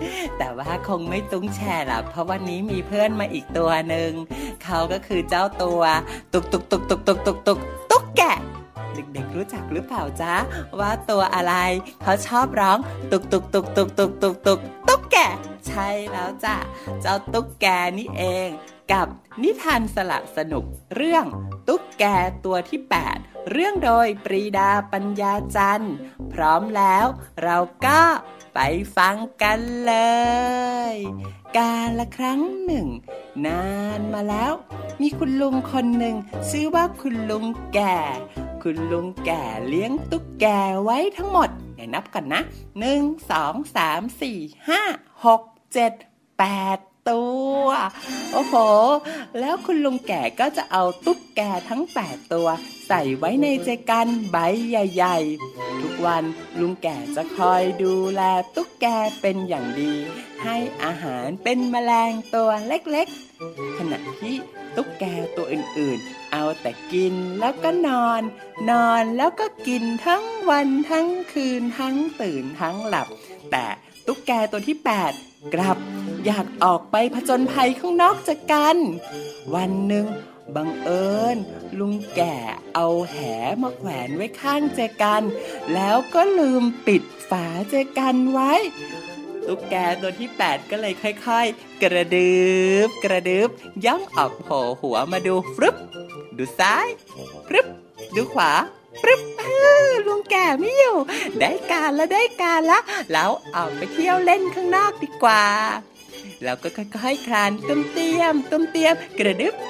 แต่ว่าคงไม่ตุ้งแช่หรอกเพราะวันนี้มีเพื่อนมาอีกตัวหนึ่งเขาก็คือเจ้าตัวตุกตุ๊กแกะเด็กๆรู้จักหรือเปล่าจ๊ะว่าตัวอะไรเขาชอบร้องตุกตุ๊กแกะใช่แล้วจ้ะเจ้าตุ๊กแกนี่เองกับนิทานสละสนุกเรื่องตุ๊กแกตัวที่8เรื่องโดยปรีดาปัญญาจันทร์พร้อมแล้วเราก็ไปฟังกันเลยกาลครั้งหนึ่งนานมาแล้วมีคุณลุงคนหนึ่งชื่อว่าคุณลุงแก่คุณลุงแก่เลี้ยงตุ๊กแกไว้ทั้งหมดเดี๋ยวนับกันนะ1 2 3 4 5 6 7 8ตัวโอ้โหแล้วคุณลุงแก่ก็จะเอาตุ๊กแกทั้ง8ตัวใส่ไว้ในแจกันใบใหญ่ๆทุกวันลุงแก่จะคอยดูแลตุ๊กแกเป็นอย่างดีให้อาหารเป็นแมลงตัวเล็กๆขณะที่ตุ๊กแกตัวอื่นๆเอาแต่กินแล้วก็นอนแล้วก็กินทั้งวันทั้งคืนทั้งตื่นทั้งหลับแต่ตุ๊กแกตัวที่8กลับอยากออกไปผจญภัยข้างนอกจากกันวันหนึ่งบังเอิญลุงแก่เอาแหมาแขวนไว้ข้างแจกันแล้วก็ลืมปิดฝาแจกันไว้ตุ๊กแกตัวที่8ก็เลยค่อยๆกระดึบย่องออกโผล่หัวมาดูฟรึบดูซ้ายฟรึบดูขวาปรึ๊บลุงแก่ไม่อยู่ได้การละแล้วออกไปเที่ยวเล่นข้างนอกดีกว่าแล้วก็ค่อยๆคลานตุ้มเตี้ยมกระดึบ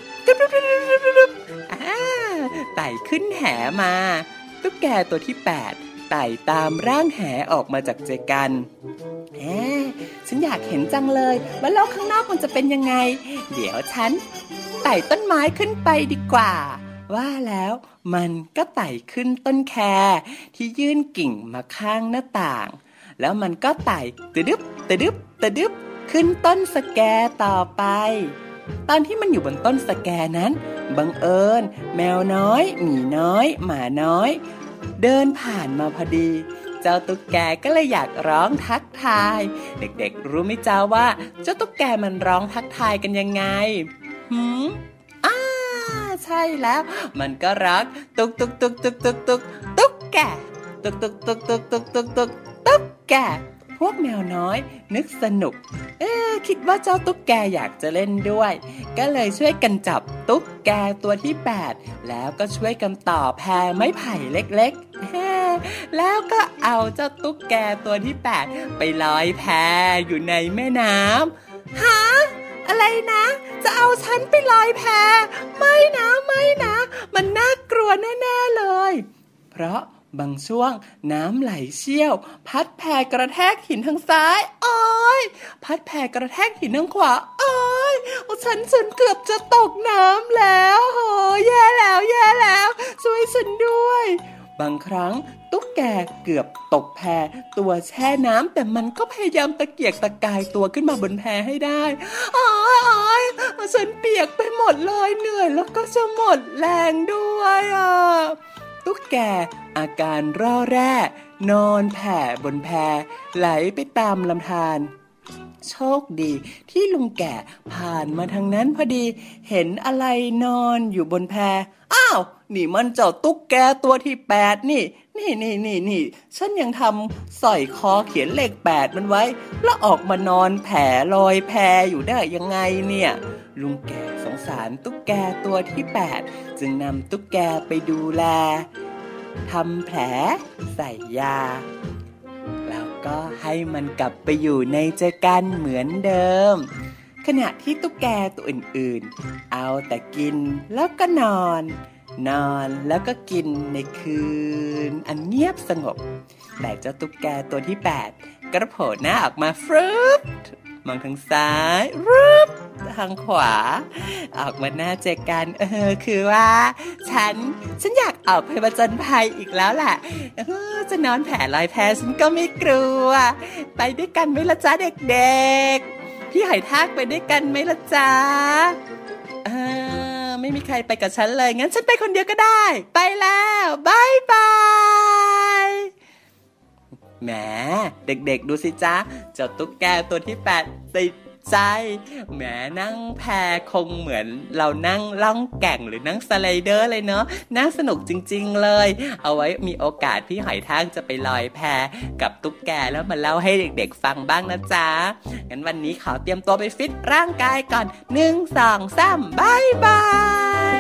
ไต่ขึ้นแหมาตุ๊กแกตัวที่8ไต่ตามร่างแหออกมาจากแจกันฉันอยากเห็นจังเลยว่าโลกข้างนอกมันจะเป็นยังไงเดี๋ยวฉันไต่ต้นไม้ขึ้นไปดีกว่าว่าแล้วมันก็ไต่ขึ้นต้นแคที่ยื่นกิ่งมาข้างหน้าต่างแล้วมันก็ไต่ตะดึบขึ้นต้นสแกต่อไปตอนที่มันอยู่บนต้นสแกนั้นบังเอิญแมวน้อยหมีน้อยหมาน้อยเดินผ่านมาพอดีเจ้าตุ๊กแกก็เลยอยากร้องทักทายเด็กๆรู้ไหมจ๊ะว่าเจ้าตุ๊กแกมันร้องทักทายกันยังไงใช่แล้วมันก็รักตุ๊กแกตุ๊กแกพวกแมวน้อยนึกสนุกคิดว่าเจ้าตุ๊กแกอยากจะเล่นด้วยก็เลยช่วยกันจับตุ๊กแกตัวที่8แล้วก็ช่วยกันต่อแพไม้ไผ่เล็กๆแล้วก็เอาเจ้าตุ๊กแกตัวที่8ไปลอยแพอยู่ในแม่น้ำอะไรนะจะเอาฉันไปลอยแพไม่นะมันน่ากลัวแน่ๆเลยเพราะบางช่วงน้ำไหลเชี่ยวพัดแพกระแทกหินทางซ้ายพัดแพกระแทกหินทางขวาฉันเกือบจะตกน้ำแล้วโหแย่แล้วช่วยฉันด้วยบางครั้งตุ๊กแกเกือบตกแพตัวแช่น้ำแต่มันก็พยายามตะเกียกตะกายตัวขึ้นมาบนแพให้ได้ฉันเปียกไปหมดเลยเหนื่อยแล้วก็จะหมดแรงด้วยตุ๊กแกอาการร่อแร่นอนแผ่บนแพไหลไปตามลำธารโชคดีที่ลุงแก่ผ่านมาทางนั้นพอดีเห็นอะไรนอนอยู่บนแพนี่มันเจ้าตุ๊กแกตัวที่8นี่ฉันยังทำสร้อยคอเขียนเลข8มันไว้แล้วออกมานอนแผ่ลอยแพอยู่ได้ยังไงเนี่ยลุงแก่สงสารตุ๊กแกตัวที่8จึงนำตุ๊กแกไปดูแลทำแผลใส่ยาแล้วก็ให้มันกลับไปอยู่ในแจกันเหมือนเดิมขณะที่ตุ๊กแกตัวอื่นๆเอาแต่กินแล้วก็นอนแล้วก็กินในคืนอันเงียบสงบแต่เจ้าตุ๊กแกตัวที่8กระโผล่หน้าออกมาฟรึบมองทางซ้ายรึบทางขวาออกมาหน้าเจอกันคือว่าฉันอยากออกไปผจญภัยอีกแล้วแหละจะนอนแผ่ลอยแพฉันก็ไม่กลัวไปด้วยกันไหมล่ะจ๊ะเด็กๆพี่หอยทากไปด้วยกันไหมล่ะจ๊ะไม่มีใครไปกับฉันเลยงั้นฉันไปคนเดียวก็ได้ไปแล้วบ๊ายบายแหมเด็กๆดูสิจ๊ะเจ้าตุ๊กแกตัวที่8ติดใจแหมนั่งแพคงเหมือนเรานั่งล่องแก่งหรือนั่งสไลเดอร์เลยเนาะน่าสนุกจริงๆเลยเอาไว้มีโอกาสพี่หอยทากจะไปลอยแพกับตุ๊กแกแล้วมาเล่าให้เด็กๆฟังบ้างนะจ๊ะงั้นวันนี้ขอเตรียมตัวไปฟิตร่างกายก่อน1 2 3บ๊ายบาย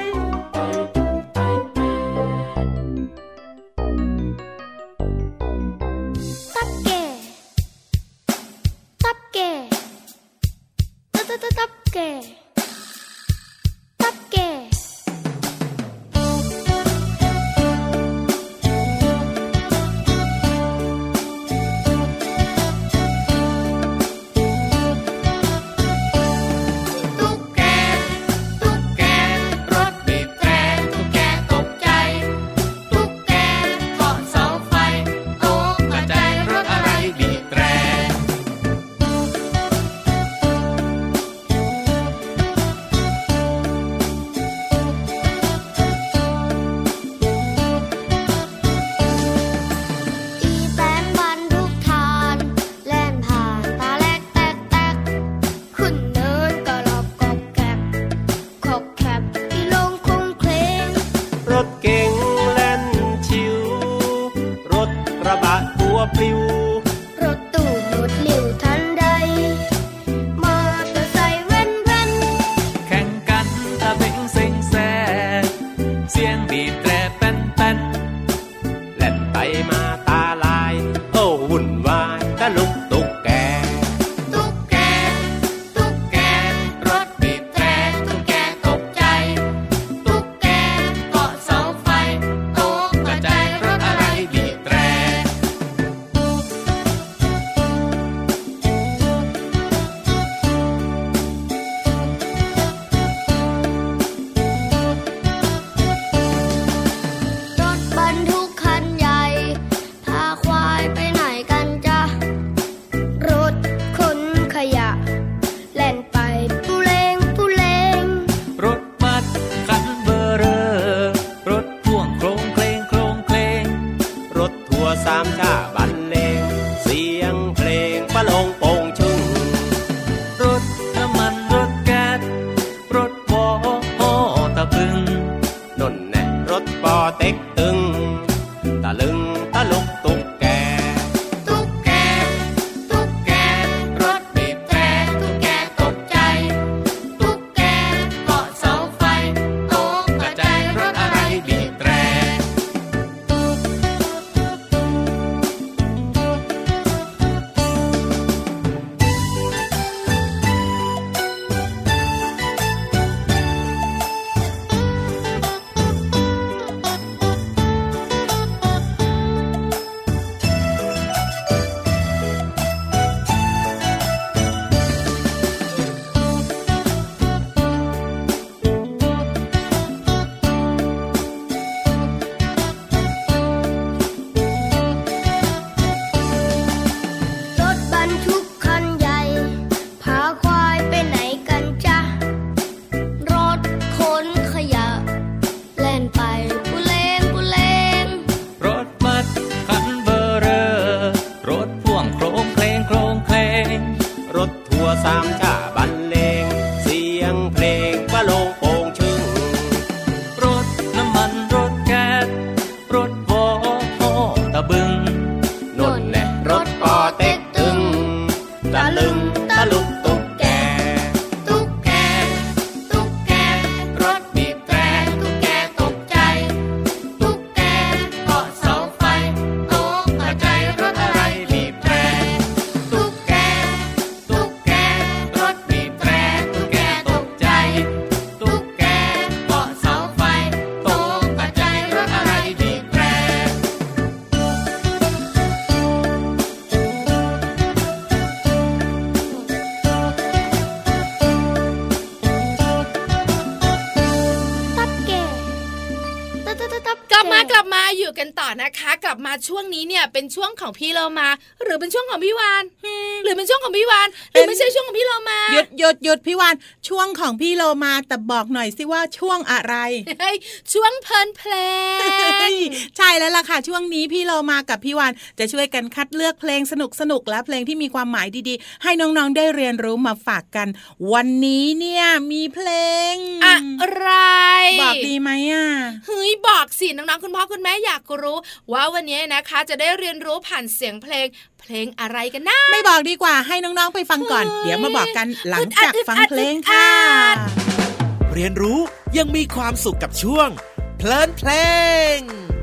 ลับมาอยู่กันต่อนะคะกลับมาช่วงนี้เนี่ยเป็นช่วงของพี่เรามาหรือเป็นช่วงของพี่วานหรือเป็นช่วงของพี่วานหรือไม่ใช่ช่วงของพี่เรามาหยุดพี่วานช่วงของพี่โลมาแต่บอกหน่อยสิว่าช่วงอะไรช่วงเพลินเพลงใช่แล้วล่ะค่ะช่วงนี้พี่โลมากับพี่วานจะช่วยกันคัดเลือกเพลงสนุกและเพลงที่มีความหมายดีๆให้น้องๆได้เรียนรู้มาฝากกันวันนี้เนี่ยมีเพลงอะไรบอกดีไหมเฮ้ยบอกสิน้องๆคุณพ่อคุณแม่อยากรู้ว่าวันนี้นะคะจะได้เรียนรู้ผ่านเสียงเพลงอะไรกันนะไม่บอกดีกว่าให้น้องๆไปฟังก่อนเดี๋ยวมาบอกกันหลังจากฟังเพลงค่ะเรียนรู้ยังมีความสุขกับช่วงเพลินเพลง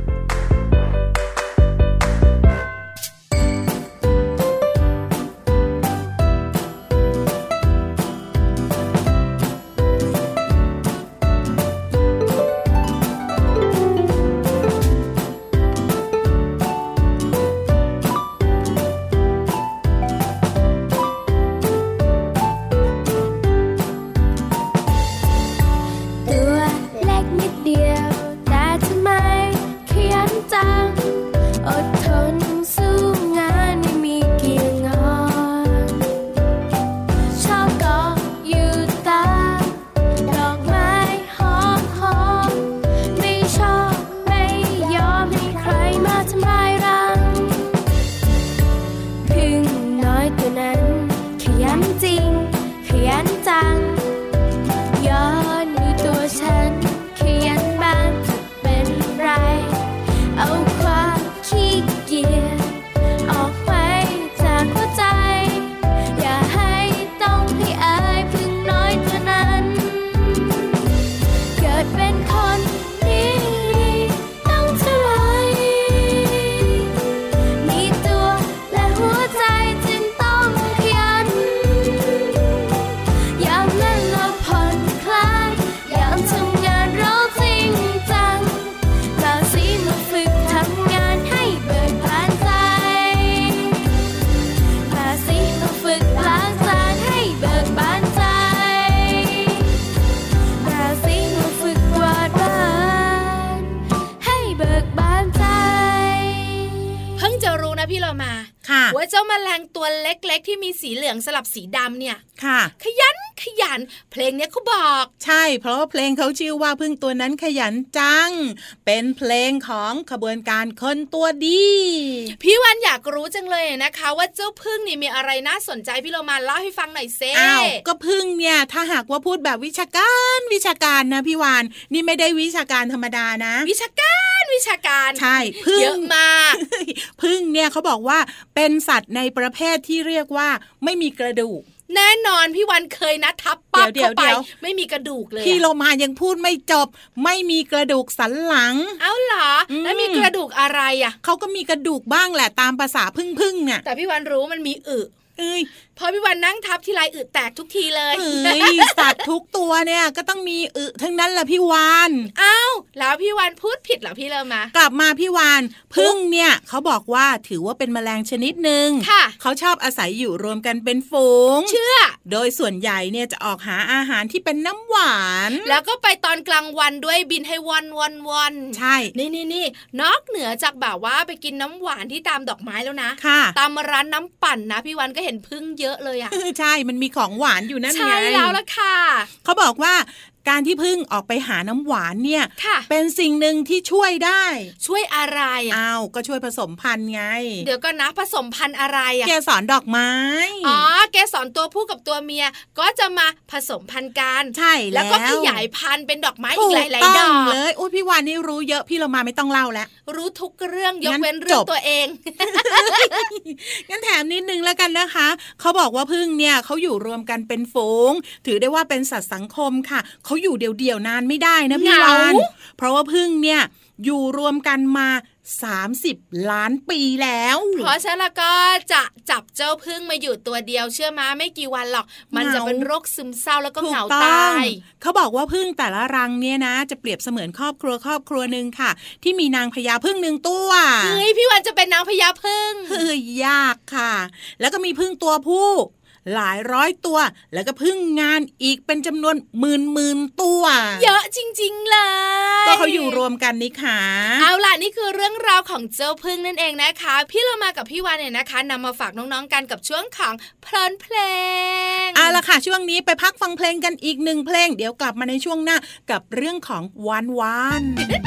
ว่าเจ้าแมลงตัวเล็กๆที่มีสีเหลืองสลับสีดำเนี่ยค่ะขยันเพลงเนี้ยเขาบอกใช่เพราะว่าเพลงเขาชื่อว่าพึ่งตัวนั้นขยันจังเป็นเพลงของขบวนการคนตัวดีพี่วันอยากรู้จังเลยนะคะว่าเจ้าพึ่งนี่มีอะไรน่าสนใจพี่เรามาเล่าให้ฟังหน่อยเซ่อ้าวก็พึ่งเนี่ยถ้าหากว่าพูดแบบวิชาการนะพี่วานนี่ไม่ได้วิชาการธรรมดานะวิชาการใช่พึ่งเยอะมากพึ่งเนี่ยเขาบอกว่าเป็นสัตว์ในประเภทที่เรียกว่าไม่มีกระดูกแน่นอนพี่วันเคยนะทับปั๊บเข้าไปไม่มีกระดูกเลยพี่โลมายังพูดไม่จบไม่มีกระดูกสันหลังเอ้าเหรอแล้วมีกระดูกอะไรเขาก็มีกระดูกบ้างแหละตามภาษาพึ่งเนี่ยแต่พี่วันรู้มันมีพอพี่วันนั่งทับทีไรอึแตกทุกทีเลยสัตว์ทุกตัวเนี่ยก็ต้องมีทั้งนั้นแหละพี่วานอ้าวแล้วพี่วานพูดผิดเหรอพี่เลมากลับมาพี่วานพึ่งเนี่ยเขาบอกว่าถือว่าเป็นแมลงชนิดหนึ่งเขาชอบอาศัยอยู่รวมกันเป็นฝูงเชื่อโดยส่วนใหญ่เนี่ยจะออกหาอาหารที่เป็นน้ำหวานแล้วก็ไปตอนกลางวันด้วยบินให้วันใช่นี่นอกเหนือจากแบบว่าไปกินน้ำหวานที่ตามดอกไม้แล้วนะตามร้านน้ำปั่นนะพี่วันก็เห็นพึ่งเยอะเลยใช่มันมีของหวานอยู่นั่นไงใช่แล้วล่ะค่ะเขาบอกว่าการที่พึ่งออกไปหาน้ำหวานเนี่ยเป็นสิ่งหนึ่งที่ช่วยได้ช่วยอะไรอ้าวก็ช่วยผสมพันธุ์ไงเดี๋ยวก็นะผสมพันธุ์อะไรเกสรดอกไม้เกสรตัวผู้กับตัวเมียก็จะมาผสมพันธุ์กันใช่แล้วก็ขยายพันธุ์เป็นดอกไม้อีกหลายๆดอกเลยอุ้ยพี่วานนี่รู้เยอะพี่เรามาไม่ต้องเล่าแล้วรู้ทุกเรื่องยกเว้นเรื่องตัวเองงั้นแถมนิดนึงแล้วกันนะคะเขาบอกว่าพึ่งเนี่ยเขาอยู่รวมกันเป็นฝูงถือได้ว่าเป็นสัตว์สังคมค่ะเขาอยู่เดี่ยวๆนานไม่ได้นะพี่วานเพราะว่าพึ่งเนี่ยอยู่รวมกันมา30 ล้านปีแล้วเพราะฉะนั้นก็จะจับเจ้าพึ่งมาอยู่ตัวเดียวเชื่อมาไม่กี่วันหรอกมันจะเป็นโรคซึมเศร้าแล้วก็เหงาตายเขาบอกว่าพึ่งแต่ละรังเนี่ยนะจะเปรียบเสมือนครอบครัวนึงค่ะที่มีนางพญาพึ่ง1ตัวเฮ้ยพี่วันจะเป็นนางพญาพึ่งยากค่ะแล้วก็มีพึ่งตัวผู้หลายร้อยตัวแล้วก็พึ่งงานอีกเป็นจำนวนหมื่นตัวเยอะจริงๆเลยก็เขาอยู่รวมกันนี่ค่ะเอาล่ะนี่คือเรื่องราวของเจ้าพึ่งนั่นเองนะคะพี่เรามากับพี่วานเนี่ยนะคะนำมาฝากน้องๆกันกับช่วงของเพลินเพลงเอาล่ะค่ะช่วงนี้ไปพักฟังเพลงกันอีก1เพลงเดี๋ยวกลับมาในช่วงหน้ากับเรื่องของวาน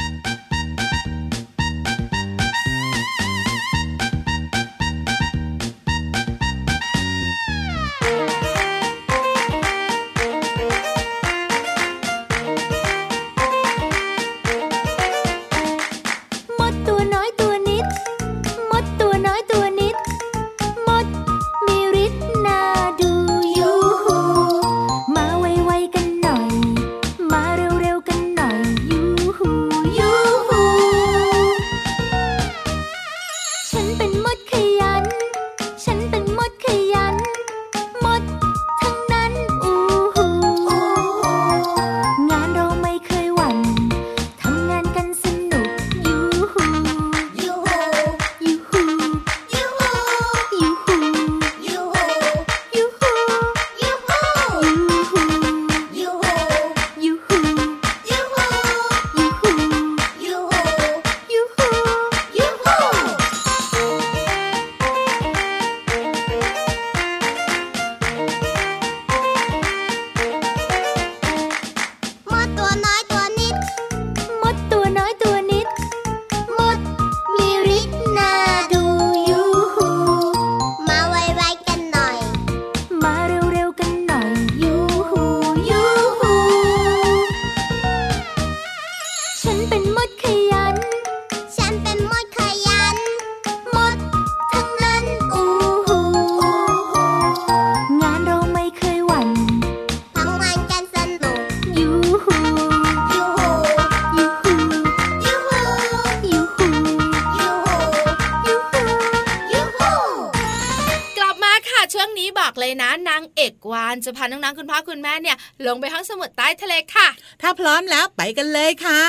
จะพาน้องๆคุณพ่อคุณแม่เนี่ยลงไปห้องสมุดใต้ทะเลค่ะถ้าพร้อมแล้วไปกันเลยค่ะ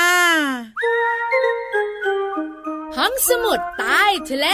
ห้องสมุดใต้ทะเล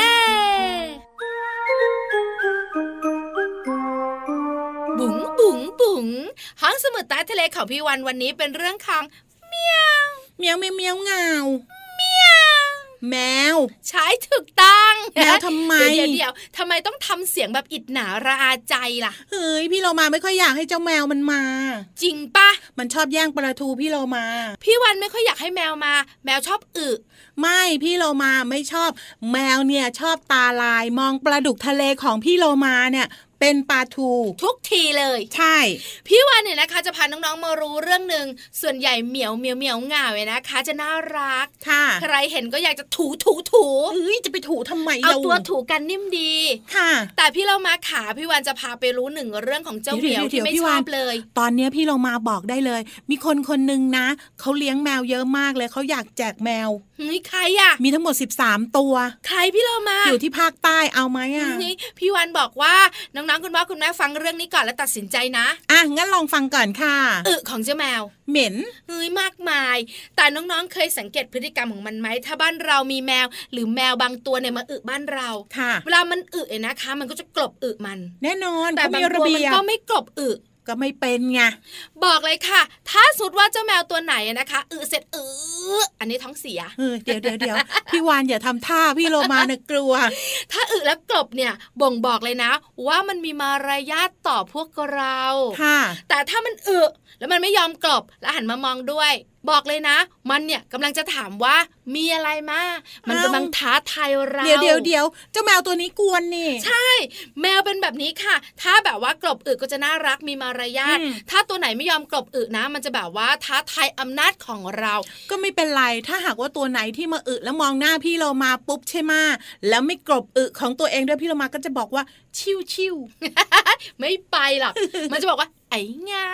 บุ๋งบุ๋งบุ๋งห้องสมุดใต้ทะเลของพี่วันนี้เป็นเรื่องของเมียวเมียวเมียวเมียวเงาเมียวแมวใช้ถูกต้องแมวทำไมเดี๋ยวทำไมต้องทำเสียงแบบอิดหนาระอาใจล่ะเฮ้ยพี่โลมาไม่ค่อยอยากให้เจ้าแมวมันมาจริงปะมันชอบแย่งปลาทูพี่โลมาพี่วันไม่ค่อยอยากให้แมวมาแมวชอบอึไม่พี่โลมาไม่ชอบแมวเนี่ยชอบตาลายมองปลาดุกทะเลของพี่โลมาเนี่ยเป็นปลาทูทุกทีเลยใช่พี่วันเนี่ยนะคะจะพาน้องๆมารู้เรื่องนึงส่วนใหญ่เหมียวเหมียวเหมียวง่าเลยนะคะจะน่ารักค่ะใครเห็นก็อยากจะถูจะไปถูทำไมเอาตัวถูกันนิ่มดีค่ะแต่พี่เรามาขาพี่วันจะพาไปรู้หนึ่งเรื่องของเจ้าเหมียวที่ไม่ชอบเลยตอนนี้พี่เรามาบอกได้เลยมีคนนึงนะเขาเลี้ยงแมวเยอะมากเลยเขาอยากแจกแมวใครอ่ะมีทั้งหมด13ตัวใครพี่เรามาอยู่ที่ภาคใต้เอาไหมอ่ะพี่วันบอกว่าน้องๆคุณพ่อคุณแม่ฟังเรื่องนี้ก่อนแล้วตัดสินใจนะงั้นลองฟังก่อนค่ะของเจ้าแมวเหม็นมากมายแต่น้องๆเคยสังเกตพฤติกรรมของมันไหมถ้าบ้านเรามีแมวหรือแมวบางตัวเนี่ยมาบ้านเราเวลามันนะคะมันก็จะกลบมันแน่นอนแต่บางตัวมันก็ไม่กลบก็ไม่เป็นไงบอกเลยค่ะถ้าสมมติว่าเจ้าแมวตัวไหนนะคะเสร็จอันนี้ท้องเสียเดี๋ยวพี่วานอย่าทำท่าพี่โลมาเนี่ยกลัวถ้าแล้วกลบเนี่ยบ่งบอกเลยนะว่ามันมีมารยาทต่อพวกเราค่ะแต่ถ้ามันแล้วมันไม่ยอมกลบแล้วหันมามองด้วยบอกเลยนะมันเนี่ยกำลังจะถามว่ามีอะไรมามันกำลังท้าทายเราเดี๋ยวเจ้าแมวตัวนี้กวนนี่ใช่แมวเป็นแบบนี้ค่ะถ้าแบบว่ากลบก็จะน่ารักมีมารยาทถ้าตัวไหนไม่ยอมกลบนะมันจะแบบว่าท้าทายอำนาจของเราก็ไม่เป็นไรถ้าหากว่าตัวไหนที่มาแล้วมองหน้าพี่เรามาปุ๊บใช่ไหมแล้วไม่กลบของตัวเองด้วยพี่เรามาก็จะบอกว่าชิวไม่ไปหรอกมันจะบอกว่าไอ้เงา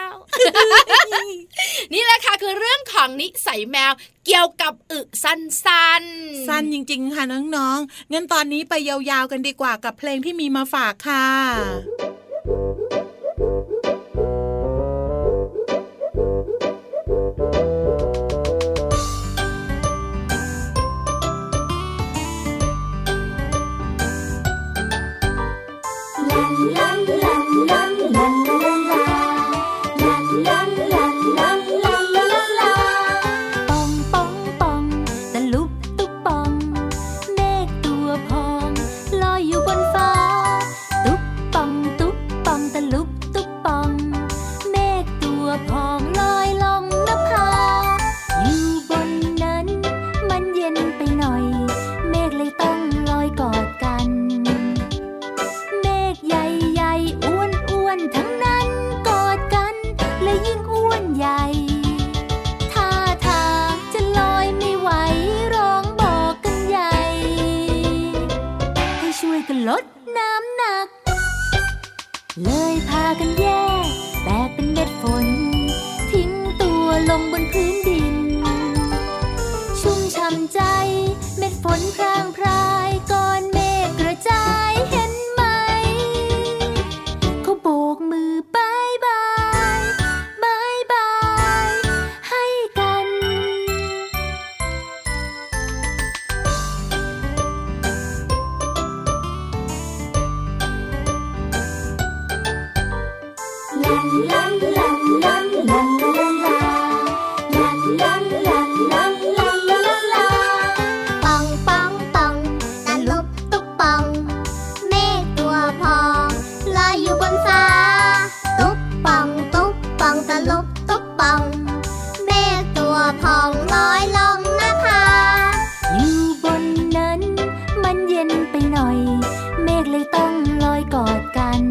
นี่แหละค่ะคือเรื่องของนิสัยแมวเกี่ยวกับสั้นจริงๆค่ะน้องๆงั้นตอนนี้ไปยาวๆกันดีกว่ากับเพลงที่มีมาฝากค่ะลาลาลาลาลดน้ำหนักเลยพากันแยกแตกเป็นเม็ดฝนทิ้งตัวลงบนพื้นดินชุ่มช่ำใจเม็ดฝนพรางพรายก้อนเมฆกระจายเห็นไหมเขาโบกมือบายบายบายบายให้กันลันลันลันลันลันลันลันลันลันลันลันลันลันปองปองปองตะลุบตุกปองเมฆตัวพองลอยอยู่บนฟ้าตุ๊บปองตุ๊บปองตะลุบตุกปองเมฆตัวพองลอยลงนภาอยู่บนนั้นมันเย็นไปหน่อยเมฆเลยต้องลอยกอดกัน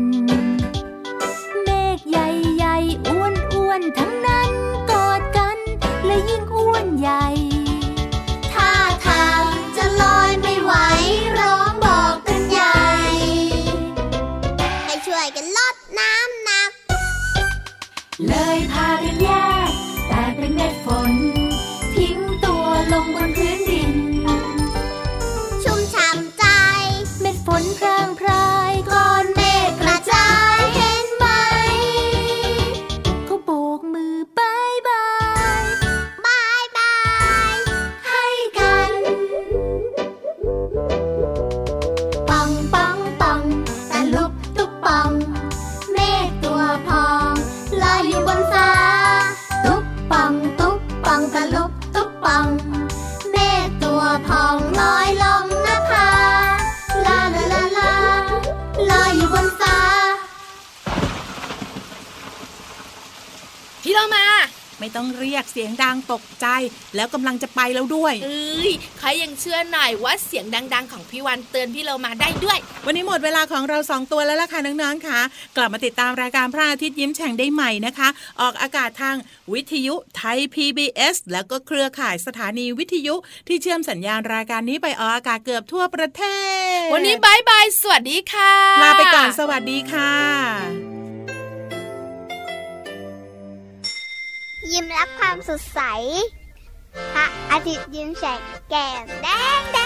ใหญ่ๆอ้วนๆทั้งนั้นกอดกันและยิ่งอ้วนใหญ่ท่าทางจะลอยไม่ไหวร้องบอกกันใหญ่ให้ช่วยกันลดน้ำหนักเลยพากันแยกแต่เป็นเม็ดฝนทิ้งตัวลงบนพื้นดินชุ่มช่ำใจเม็ดฝนพรางพรายก้อนเมฆกระจายเห็นไหมเขาโบกมือบายบายบายบายให้กันปองปองปองตะลุบตุกปองเมฆตัวพองลอยอยู่บนฟ้าตุกปองตุกปองตะลุบตุกปองเมฆตัวพองลอยลงนภาลาลาลาลาลอยอยู่บนฟ้าพี่เรามาไม่ต้องเรียกเสียงดังตกใจแล้วกำลังจะไปแล้วด้วยใครยังเชื่อหน่อยว่าเสียงดังๆของพี่วันเตือนพี่เรามาได้ด้วยวันนี้หมดเวลาของเรา2ตัวแล้วล่ะค่ะน้องๆค่ะกลับมาติดตามรายการพระอาทิตย์ยิ้มแฉ่งได้ใหม่นะคะออกอากาศทางวิทยุไทย PBS แล้วก็เครือข่ายสถานีวิทยุที่เชื่อมสัญญาณรายการนี้ไปออกอากาศเกือบทั่วประเทศวันนี้บายบายสวัสดีค่ะลาไปก่อนสวัสดีค่ะยิ้มรับความสดใสพระอาทิตย์ยิ้มแฉกแก้มแดง